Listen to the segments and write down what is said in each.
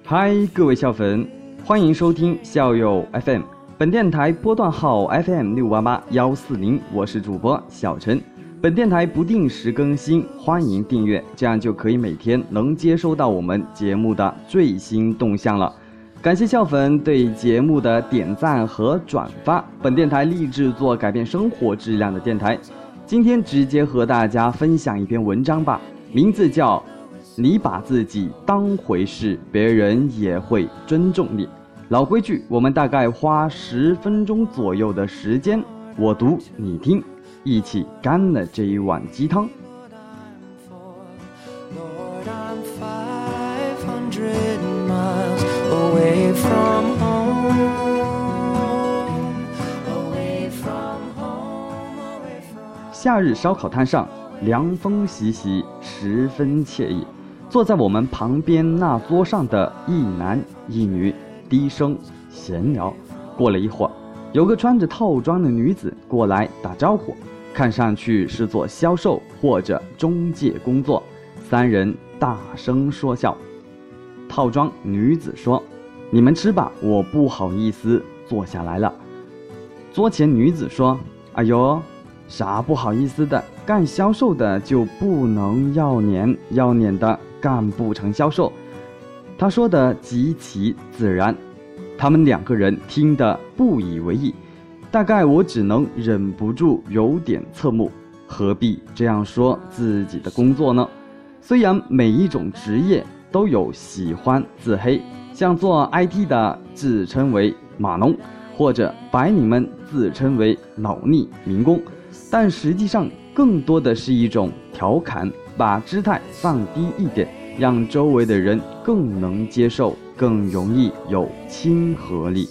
嗨，各位校粉，欢迎收听校友 FM， 本电台波段号 FM688140，我是主播小陈。本电台不定时更新，欢迎订阅，这样就可以每天能接收到我们节目的最新动向了。感谢校粉对节目的点赞和转发，本电台立志做改变生活质量的电台。今天直接和大家分享一篇文章吧，名字叫你把自己当回事，别人也会尊重你。老规矩，我们大概花10分钟左右的时间，我读你听，一起干了这一碗鸡汤。夏日烧烤摊上，凉风习习，十分惬意。坐在我们旁边那桌上的一男一女低声闲聊。过了一会儿，有个穿着套装的女子过来打招呼，看上去是做销售或者中介工作。3人大声说笑。套装女子说：“你们吃吧，我不好意思坐下来了。”桌前女子说：“哎呦，啥不好意思的，干销售的就不能要脸，要脸的干不成销售。”他说的极其自然，他们2个人听得不以为意。大概我只能忍不住有点侧目，何必这样说自己的工作呢？虽然每一种职业都有喜欢自黑，像做 IT 的自称为码农，或者白领们自称为脑力民工，但实际上更多的是一种调侃，把姿态放低一点，让周围的人更能接受，更容易有亲和力。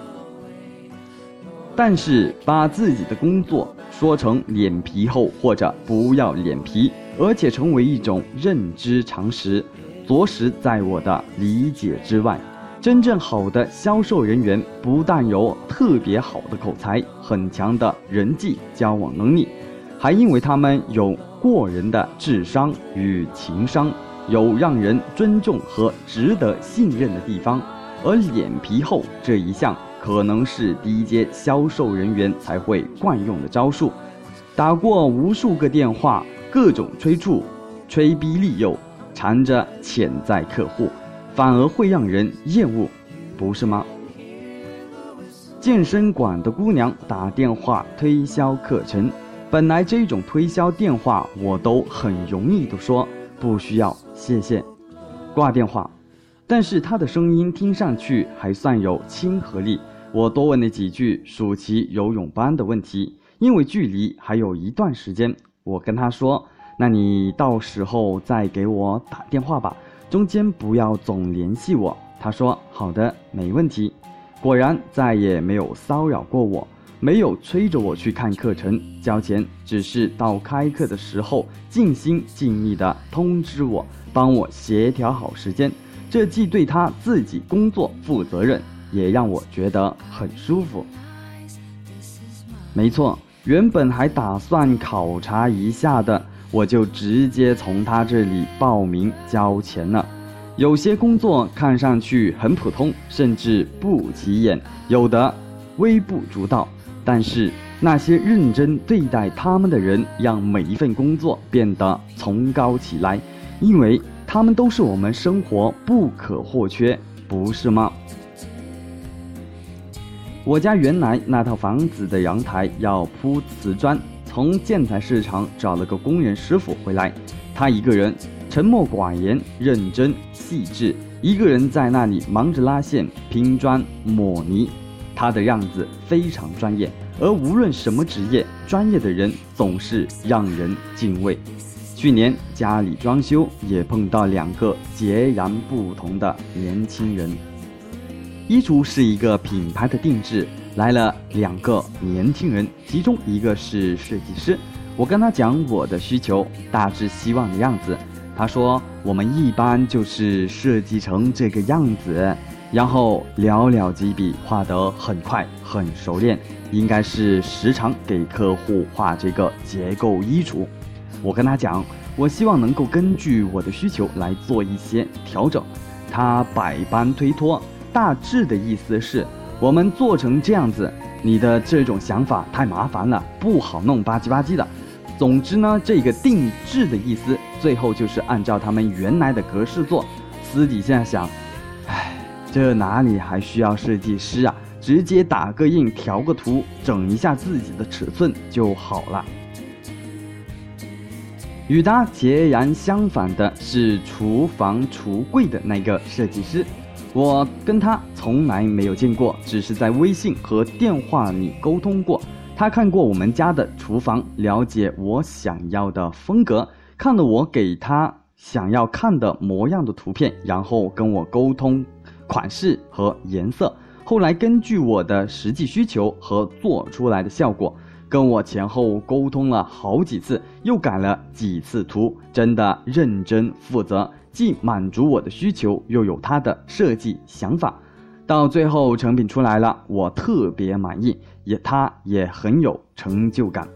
但是把自己的工作说成脸皮厚或者不要脸皮，而且成为一种认知常识，着实在我的理解之外。真正好的销售人员不但有特别好的口才，很强的人际交往能力，还因为他们有过人的智商与情商，有让人尊重和值得信任的地方。而脸皮厚这一项可能是低阶销售人员才会惯用的招数，打过无数个电话，各种催促、催逼利诱，缠着潜在客户，反而会让人厌恶，不是吗？健身馆的姑娘打电话推销课程，本来这种推销电话我都很容易地说不需要谢谢，挂电话。但是她的声音听上去还算有亲和力，我多问了几句暑期游泳班的问题，因为距离还有一段时间，我跟她说：“那你到时候再给我打电话吧，中间不要总联系我。”她说：“好的，没问题。”果然再也没有骚扰过我，没有催着我去看课程交钱，只是到开课的时候尽心尽力地通知我，帮我协调好时间。这既对他自己工作负责任，也让我觉得很舒服。没错，原本还打算考察一下的，我就直接从他这里报名交钱了。有些工作看上去很普通，甚至不起眼，有的微不足道，但是那些认真对待他们的人，让每一份工作变得崇高起来，因为他们都是我们生活不可或缺，不是吗？我家原来那套房子的阳台要铺瓷砖，从建材市场找了个工人师傅回来，他一个人沉默寡言，认真细致，一个人在那里忙着拉线、拼砖、抹泥，他的样子非常专业，而无论什么职业，专业的人总是让人敬畏。去年家里装修，也碰到2个截然不同的年轻人。衣橱是一个品牌的定制，来了2个年轻人，其中一个是设计师。我跟他讲我的需求，大致希望的样子。他说我们一般就是设计成这个样子，然后寥寥几笔画得很快很熟练，应该是时常给客户画这个结构衣橱。我跟他讲，我希望能够根据我的需求来做一些调整。 他百般推脱，大致的意思是，我们做成这样子，你的这种想法太麻烦了，不好弄，吧唧吧唧的。总之呢，这个定制的意思，最后就是按照他们原来的格式做。私底下想，这哪里还需要设计师啊？直接打个印，调个图，整一下自己的尺寸就好了。与他截然相反的是厨房橱柜的那个设计师，我跟他从来没有见过，只是在微信和电话里沟通过。他看过我们家的厨房，了解我想要的风格，看了我给他想要看的模样的图片，然后跟我沟通款式和颜色，后来根据我的实际需求和做出来的效果，跟我前后沟通了好几次，又改了几次图，真的认真负责，既满足我的需求，又有他的设计想法。到最后成品出来了，我特别满意，他也很有成就感。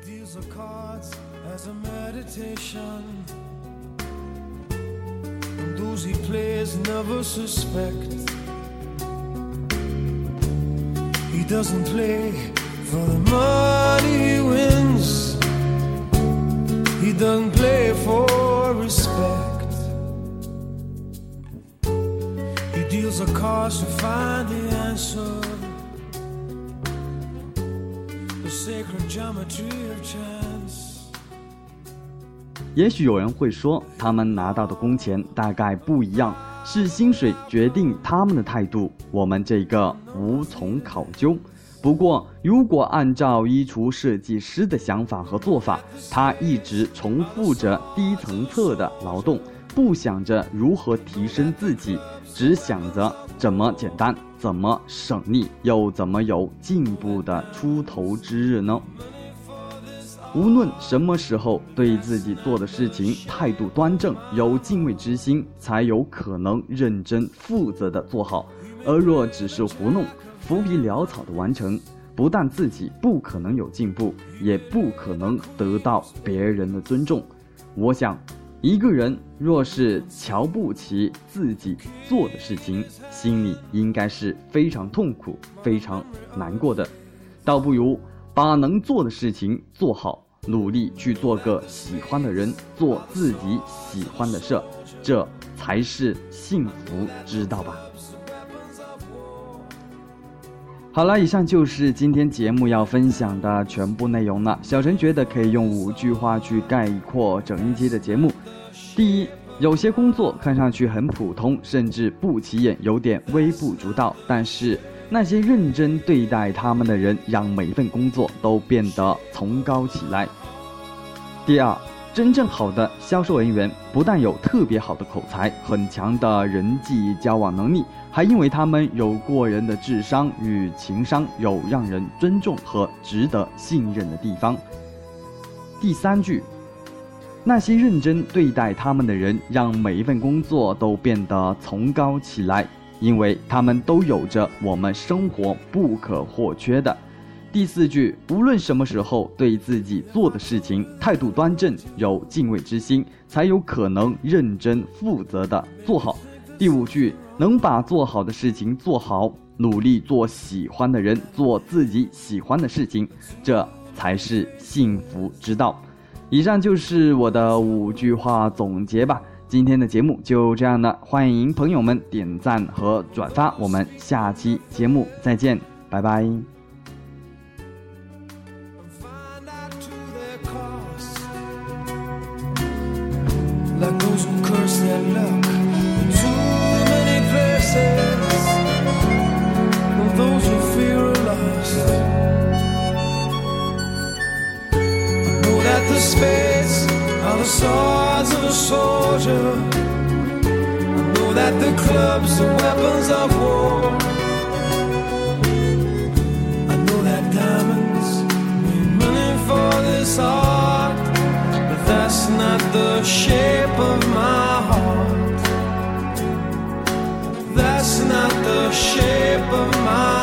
He doesn't play for the money he wins. He doesn't play for respect. He deals the cards to find the answer. The sacred geometry of chance. 也许有人会说，他们拿到的工钱大概不一样，是薪水决定他们的态度，我们这个无从考究。不过如果按照衣橱设计师的想法和做法，他一直重复着低层次的劳动，不想着如何提升自己，只想着怎么简单，怎么省力，又怎么有进步的出头之日呢？无论什么时候，对自己做的事情态度端正，有敬畏之心，才有可能认真负责地做好。而若只是糊弄，浮皮潦草地完成，不但自己不可能有进步，也不可能得到别人的尊重。我想，一个人若是瞧不起自己做的事情，心里应该是非常痛苦、非常难过的，倒不如把能做的事情做好，努力去做个喜欢的人，做自己喜欢的事，这才是幸福之道吧。好了，以上就是今天节目要分享的全部内容了。小陈觉得可以用5句话去概括整一期的节目。第一，有些工作看上去很普通，甚至不起眼，有点微不足道，但是那些认真对待他们的人，让每份工作都变得崇高起来。第二，真正好的销售人员不但有特别好的口才，很强的人际交往能力，还因为他们有过人的智商与情商，有让人尊重和值得信任的地方。第三句，那些认真对待他们的人，让每一份工作都变得崇高起来，因为他们都有着我们生活不可或缺的。第四句，无论什么时候，对自己做的事情态度端正，有敬畏之心，才有可能认真负责的做好。第五句，能把做好的事情做好，努力做喜欢的人，做自己喜欢的事情，这才是幸福之道。以上就是我的5句话总结吧。今天的节目就这样了，欢迎朋友们点赞和转发，我们下期节目再见，拜拜。 Like those who curse their luck in too many places, and those who fear are lost. I know that the spades are the swords of a soldier. I know that the clubs are weapons of war. I know that diamonds mean money for this art, but that's not the shape of my heart. That's not the shape of my